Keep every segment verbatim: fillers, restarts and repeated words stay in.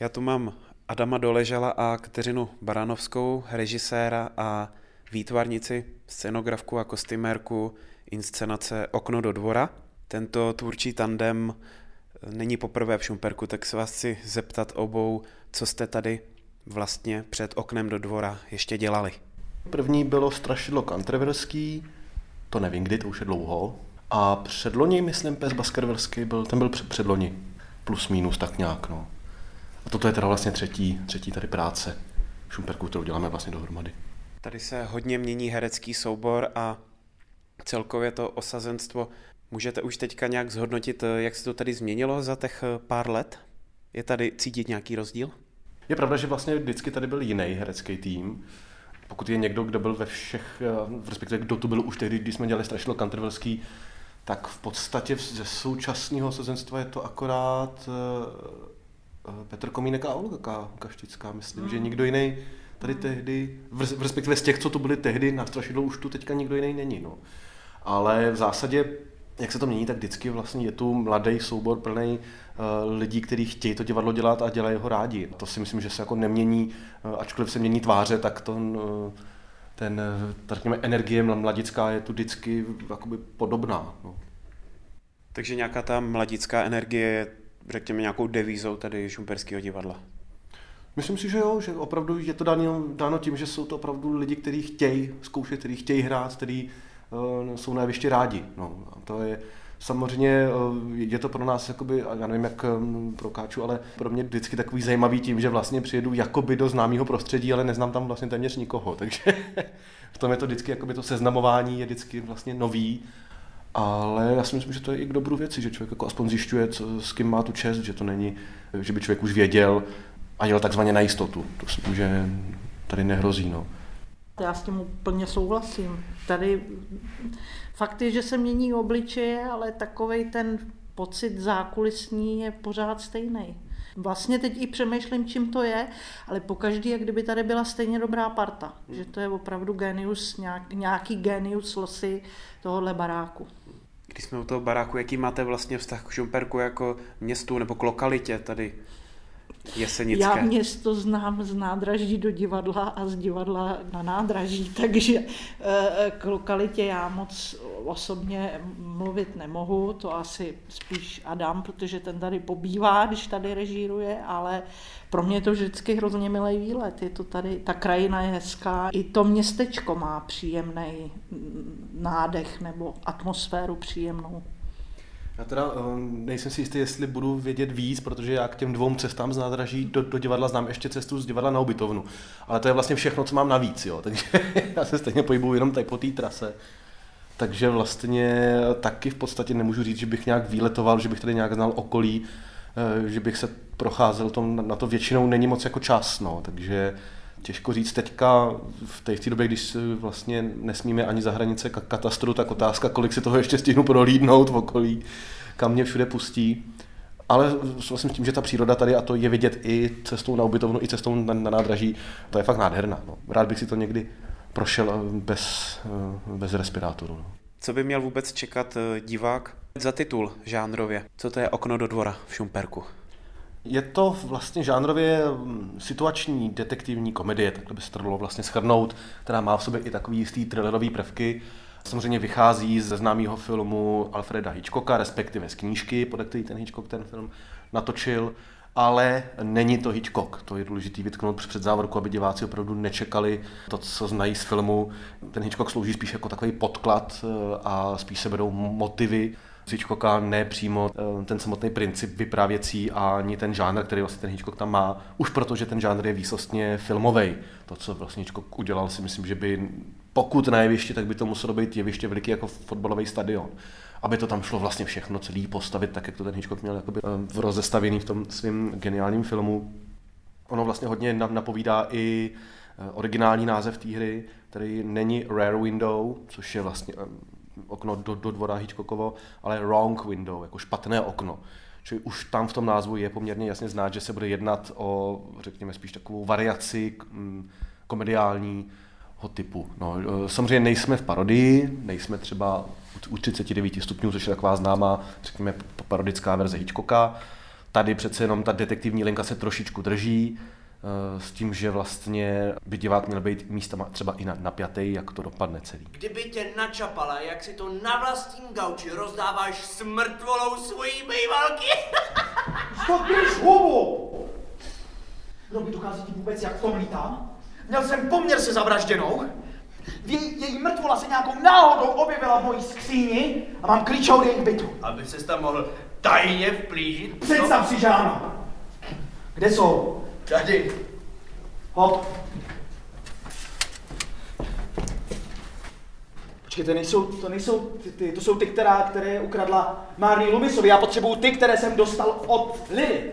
Já tu mám Adama Doležala a Kateřinu Baranovskou, režiséra a výtvarnici, scenografku a kostymérku inscenace Okno do dvora. Tento tvůrčí tandem není poprvé v Šumperku, tak se vás chci zeptat obou, co jste tady vlastně před Oknem do dvora ještě dělali. První bylo Strašidlo Kanterverský, to nevím kdy, to už je dlouho. A předloni, myslím, Pes Baskervilský, byl, ten byl předloni, plus minus tak nějak, no. A toto je teda vlastně třetí, třetí tady práce v Šumperku, kterou děláme vlastně dohromady. Tady se hodně mění herecký soubor a celkově to osazenstvo. Můžete už teďka nějak zhodnotit, jak se to tady změnilo za těch pár let? Je tady cítit nějaký rozdíl? Je pravda, že vlastně vždycky tady byl jiný herecký tým. Pokud je někdo, kdo byl ve všech, respektive kdo tu byl už tehdy, když jsme dělali Strašidlo Kanterverský, tak v podstatě ze současného osazenstva je to akorát Petr Komínek a Olga Kaštická. Myslím, mm. že nikdo jiný tady tehdy, v respektive z těch, co tu byli tehdy na Strašidlo, už tu teďka nikdo jiný není. No. Ale v zásadě, jak se to mění, tak vždycky vlastně je tu mladý soubor plný uh, lidí, kteří chtějí to divadlo dělat a dělají ho rádi. To si myslím, že se jako nemění, uh, ačkoliv se mění tváře, tak to, uh, ten, uh, řekněme, energie mladická je tu vždycky jakoby podobná. No. Takže nějaká ta mladická energie je, řekněme, nějakou devízou tady Šumperského divadla. Myslím si, že jo, že opravdu je to dáno, dáno tím, že jsou to opravdu lidi, kteří chtějí zkoušet, kteří chtějí hrát, kteří uh, jsou na jevišti rádi. No, a to je samozřejmě, uh, je to pro nás, jakoby, já nevím jak um, pro Káču, ale pro mě vždycky takový zajímavý tím, že vlastně přijedu jakoby do známého prostředí, ale neznám tam vlastně téměř nikoho, takže v tom je to vždycky, jakoby to seznamování je vždycky vlastně nový. Ale já si myslím, že to je i k dobru věci, že člověk jako aspoň zjišťuje, co, s kým má tu čest, že to není, že by člověk už věděl a jel takzvaně na jistotu. To si myslím, že tady nehrozí. No. Já s tím úplně souhlasím. Tady fakt je, že se mění obličeje, ale takovej ten pocit zákulisní je pořád stejný. Vlastně teď i přemýšlím, čím to je, ale pokaždý, jak kdyby tady byla stejně dobrá parta. Že to je opravdu genius, nějak, nějaký genius losy tohohle baráku. Když jsme u toho baráku, jaký máte vlastně vztah k Šumperku jako městu nebo k lokalitě tady Jesenické? Já město znám z nádraží do divadla a z divadla na nádraží, takže k lokalitě já moc osobně mluvit nemohu, to asi spíš Adam, protože ten tady pobývá, když tady režíruje, ale pro mě je to vždycky hrozně milý výlet, je to tady, ta krajina je hezká, i to městečko má příjemný nádech nebo atmosféru příjemnou. Já teda nejsem si jistý, jestli budu vědět víc, protože já k těm dvou cestám z nádraží do, do divadla znám ještě cestu z divadla na ubytovnu. Ale to je vlastně všechno, co mám navíc, jo. Takže já se stejně pohybuju jenom tady po té trase. Takže vlastně taky v podstatě nemůžu říct, že bych nějak výletoval, že bych tady nějak znal okolí, že bych se procházel tom, na to většinou není moc jako čas, no. Takže těžko říct teďka v té, v té době, když vlastně nesmíme ani za hranice katastru, tak otázka, kolik si toho ještě stihnu prohlídnout v okolí, kam mě všude pustí. Ale vlastně s tím, že ta příroda tady, a to je vidět i cestou na ubytovnu, i cestou na, na nádraží, to je fakt nádherná. No. Rád bych si to někdy prošel bez, bez respirátoru. No. Co by měl vůbec čekat divák za titul žánrově? Co to je Okno do dvora v Šumperku? Je to vlastně žánrově situační detektivní komedie, takhle by se to dalo vlastně shrnout, která má v sobě i takový jistý thrillerový prvky. Samozřejmě vychází ze známého filmu Alfreda Hitchcocka, respektive z knížky, podle který ten Hitchcock ten film natočil, ale není to Hitchcock. To je důležitý vytknout před závorku, aby diváci opravdu nečekali to, co znají z filmu. Ten Hitchcock slouží spíš jako takový podklad a spíš se berou motivy z Hitchcocka, ne přímo ten samotný princip vyprávěcí a ani ten žánr, který vlastně ten Hitchcock tam má, už protože ten žánr je výsostně filmovej. To, co vlastně Hitchcock udělal, si myslím, že by, pokud na jevišti, tak by to muselo být jeviště veliký jako fotbalový stadion. Aby to tam šlo vlastně všechno celý postavit, tak jak to ten Hitchcock měl jakoby rozestavěný v tom svým geniálním filmu. Ono vlastně hodně napovídá i originální název té hry, který není Rare Window, což je vlastně okno do, do dvora Hitchcockovo, ale wrong window, jako špatné okno. Čili už tam v tom názvu je poměrně jasně znát, že se bude jednat o, řekněme, spíš takovou variaci komediálního typu. No, samozřejmě nejsme v parodii, nejsme třeba u třicet devět stupňů, což je taková známá, řekněme, parodická verze Hitchcocka. Tady přece jenom ta detektivní linka se trošičku drží, s tím, že vlastně by divák měl být místama třeba i napjatý, jak to dopadne celý. Kdyby tě načapala, jak si to na vlastním gauči rozdáváš smrtvolou svojí bejvalky. Skopíš hubu! Kdo by dochází ti vůbec, jak v tom lítám? Měl jsem poměr se zavražděnou. Jej, její mrtvola se nějakou náhodou objevila v mojí skříni a mám klíč od jejich bytu. Aby ses tam mohl tajně vplížit. Představ si, že ano. Kde jsou? Tady. Hop. Počkejte, nejsou, to nejsou ty, ty, to jsou ty, která, které ukradla Marnie Lumisovi. Já potřebuju ty, které jsem dostal od Lily.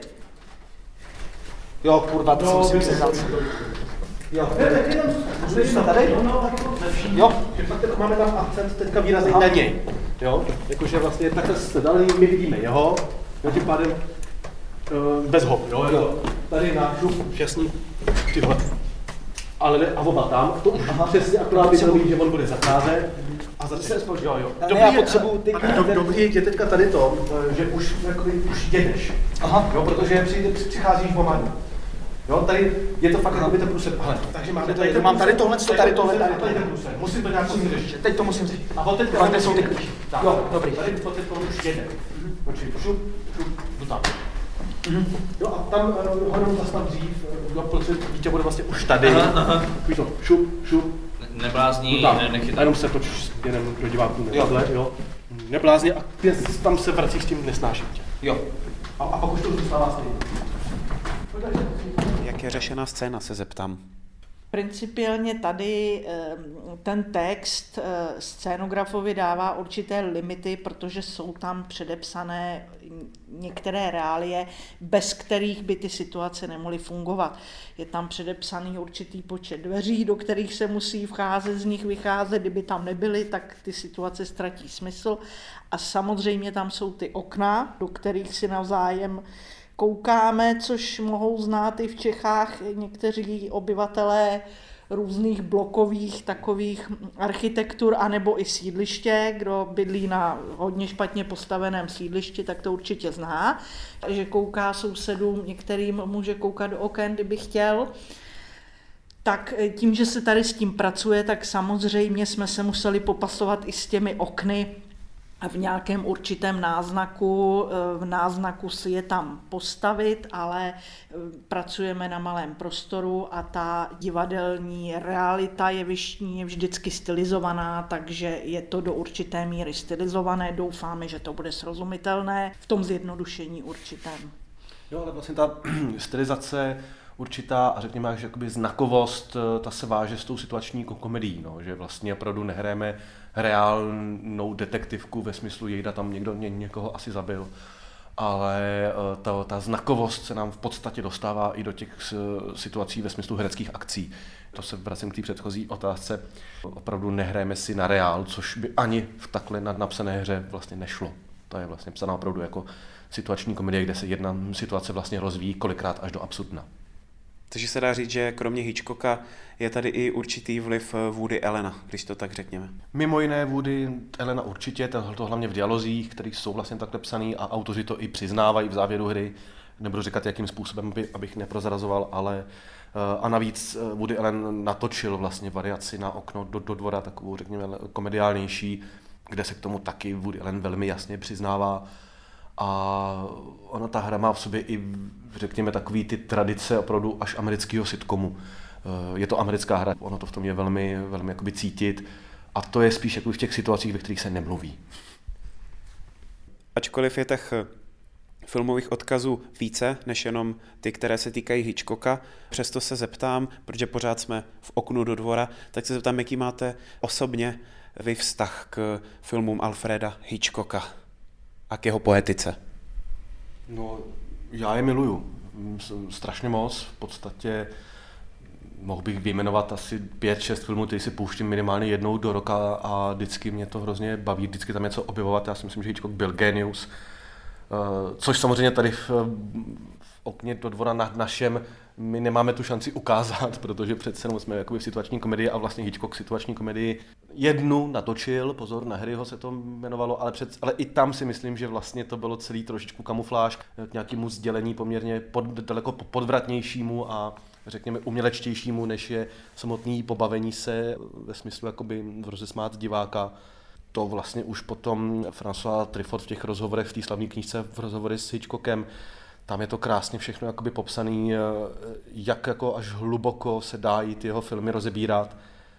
Jo, kurva, to no, jsem musím sehnat. Jo, zůstat tady? Jo, máme tam akcent teďka výrazně na něj. Jo, jakože vlastně takhle jste dali, my vidíme jeho, jo, tím pádem uh, bez hop, jo, jo. Tady na žup, šestní, tyhle. Ale ne, a oba tam, to už přesně akorát by to ví, že on bude zacházet a začne spolu, jo, jo. Dobrý, ne, já potřebuji ty, do, dobrý je teďka tady to, že už, jakoby, už jedeš. Aha. Jo, protože přijde, přicházíš pomalu. Jo, tady je to fakt jakoby ten průser. Ale, takže máme tady, tady, mám tady tohle, tady tohle, tady tohle. Musím to nějak řešit. Teď to musím řešit. A od teďka, kde jsou ty klíče? Jo, dobrý. Tady od teďka už jede. Počkej, šup, šup, jdu tam. Jo, a tam hodnou zastav dřív, jo, protože dítě bude vlastně už tady. Víš to, šup, šup. Neblázní, ne, nechytaj. Jenom se toč jenom do diváků takhle, jo. Neblázně a tam se vracíš s tím nesnáším tě. Jo. A, a pak už to už zůstává stejně. Jak je řešená scéna, se zeptám. Principiálně tady ten text scénografovi dává určité limity, protože jsou tam předepsané některé reálie, bez kterých by ty situace nemohly fungovat. Je tam předepsaný určitý počet dveří, do kterých se musí vcházet, z nich vycházet. Kdyby tam nebyly, tak ty situace ztratí smysl. A samozřejmě tam jsou ty okna, do kterých si navzájem koukáme, což mohou znát i v Čechách někteří obyvatelé různých blokových takových architektur, anebo i sídliště. Kdo bydlí na hodně špatně postaveném sídlišti, tak to určitě zná, že kouká sousedům, některým může koukat do oken, kdyby chtěl. Tak tím, že se tady s tím pracuje, tak samozřejmě jsme se museli popasovat i s těmi okny, a v nějakém určitém náznaku, v náznaku si je tam postavit, ale pracujeme na malém prostoru a ta divadelní realita jevištní je vždycky stylizovaná, takže je to do určité míry stylizované. Doufáme, že to bude srozumitelné v tom zjednodušení určitém. Jo, ale vlastně ta stylizace určitá a řekněme, až jakoby znakovost, ta se váže s tou situační komedií, no, že vlastně opravdu nehrajeme reálnou detektivku ve smyslu jejda tam někdo ně, někoho asi zabil, ale ta, ta znakovost se nám v podstatě dostává i do těch situací ve smyslu hereckých akcí. To se vracím k té předchozí otázce. Opravdu nehrajeme si na reál, což by ani v takhle nadnapsané hře vlastně nešlo. To je vlastně psaná opravdu jako situační komedie, kde se jedna situace vlastně rozvíjí kolikrát až do absurdna. Takže se dá říct, že kromě Hitchcocka je tady i určitý vliv Woody Allena, když to tak řekněme. Mimo jiné Woody Allena určitě, to hlavně v dialozích, které jsou vlastně takhle psaný a autoři to i přiznávají v závěru hry. Nebudu říkat, jakým způsobem, abych neprozrazoval, ale a navíc Woody Allen natočil vlastně variaci na Okno do, do dvora, takovou řekněme komediálnější, kde se k tomu taky Woody Allen velmi jasně přiznává. A ona ta hra má v sobě i, řekněme, takový ty tradice opravdu až amerického sitcomu. Je to americká hra, ono to v tom je velmi, velmi jakoby cítit a to je spíš jako v těch situacích, ve kterých se nemluví. Ačkoliv je těch filmových odkazů více, než jenom ty, které se týkají Hitchcocka, přesto se zeptám, protože pořád jsme v Oknu do dvora, tak se zeptám, jaký máte osobně vy vztah k filmům Alfreda Hitchcocka a k jeho poetice? No, já je miluju. Strašně moc. V podstatě mohl bych vyjmenovat asi pět, šest filmů, který si pouštím minimálně jednou do roka a vždycky mě to hrozně baví, vždycky tam něco objevovat. Já si myslím, že Hitchcock byl genius. Což samozřejmě tady v, v Okně do dvora na našem my nemáme tu šanci ukázat, protože přece jenom jsme jakoby v situační komedii a vlastně Hitchcock situační komedii jednu natočil, pozor, na Harryho se to jmenovalo, ale, před, ale i tam si myslím, že vlastně to bylo celý trošičku kamufláž k nějakému sdělení poměrně pod, daleko podvratnějšímu a řekněme umělečtějšímu, než je samotný pobavení se ve smyslu jakoby rozesmát diváka. To vlastně už potom François Truffaut v těch rozhovorech, v té slavné knížce v rozhovory s Hitchcockem, tam je to krásně všechno jakoby popsaný, jak jako až hluboko se dá jít jeho filmy rozebírat.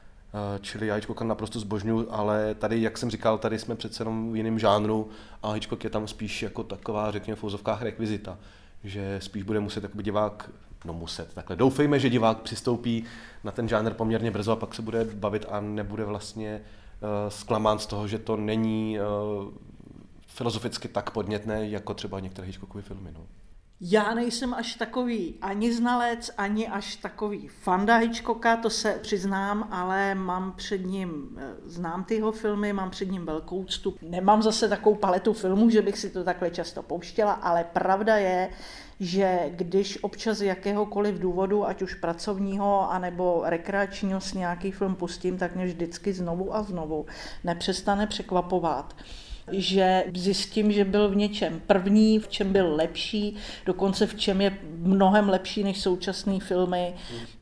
Čili já Hitchcocka naprosto zbožňuji, ale tady, jak jsem říkal, tady jsme přece jenom v jiném žánru a Hitchcock je tam spíš jako taková, řekněme v úzovkách rekvizita, že spíš bude muset jakoby divák, no muset, takhle doufejme, že divák přistoupí na ten žánr poměrně brzo a pak se bude bavit a nebude vlastně uh, zklamán z toho, že to není uh, filozoficky tak podnětné, jako třeba některé Hitchcockovy filmy. No. Já nejsem až takový ani znalec, ani až takový fanda Hitchcocka, to se přiznám, ale mám před ním, znám ty jeho filmy, mám před ním velkou úctu. Nemám zase takovou paletu filmů, že bych si to takhle často pouštěla, ale pravda je, že když občas z jakéhokoliv důvodu, ať už pracovního, anebo rekreačního si nějaký film pustím, tak mě vždycky znovu a znovu nepřestane překvapovat, že zjistím, že byl v něčem první, v čem byl lepší, dokonce v čem je mnohem lepší než současné filmy.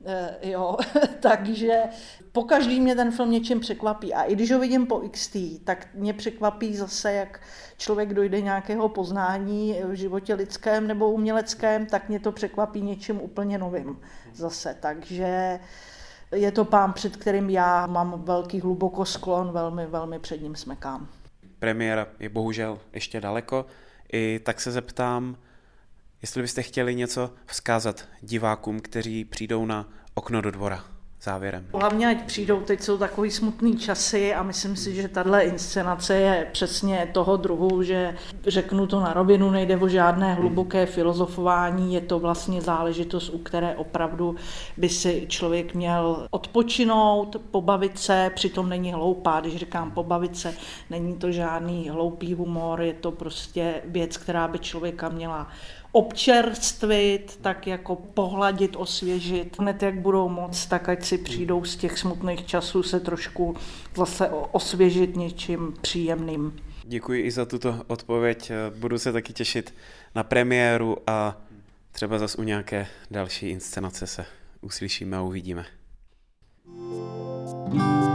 E, jo. Takže pokaždý mě ten film něčem překvapí. A i když ho vidím po iks té, tak mě překvapí zase, jak člověk dojde nějakého poznání v životě lidském nebo uměleckém, tak mě to překvapí něčím úplně novým zase. Takže je to pán, před kterým já mám velký hluboko sklon, velmi, velmi před ním smekám. Premiéra je bohužel ještě daleko, i tak se zeptám, jestli byste chtěli něco vzkázat divákům, kteří přijdou na Okno do dvora závěrem. Hlavně, ať přijdou, teď jsou takový smutný časy a myslím si, že tahle inscenace je přesně toho druhu, že řeknu to na rovinu, nejde o žádné hluboké filozofování, je to vlastně záležitost, u které opravdu by si člověk měl odpočinout, pobavit se, přitom není hloupá, když říkám pobavit se, není to žádný hloupý humor, je to prostě věc, která by člověka měla občerstvit, tak jako pohladit, osvěžit. Hned jak budou moc, tak ať si přijdou z těch smutných časů se trošku zase osvěžit něčím příjemným. Děkuji i za tuto odpověď. Budu se taky těšit na premiéru a třeba zas u nějaké další inscenace se uslyšíme a uvidíme.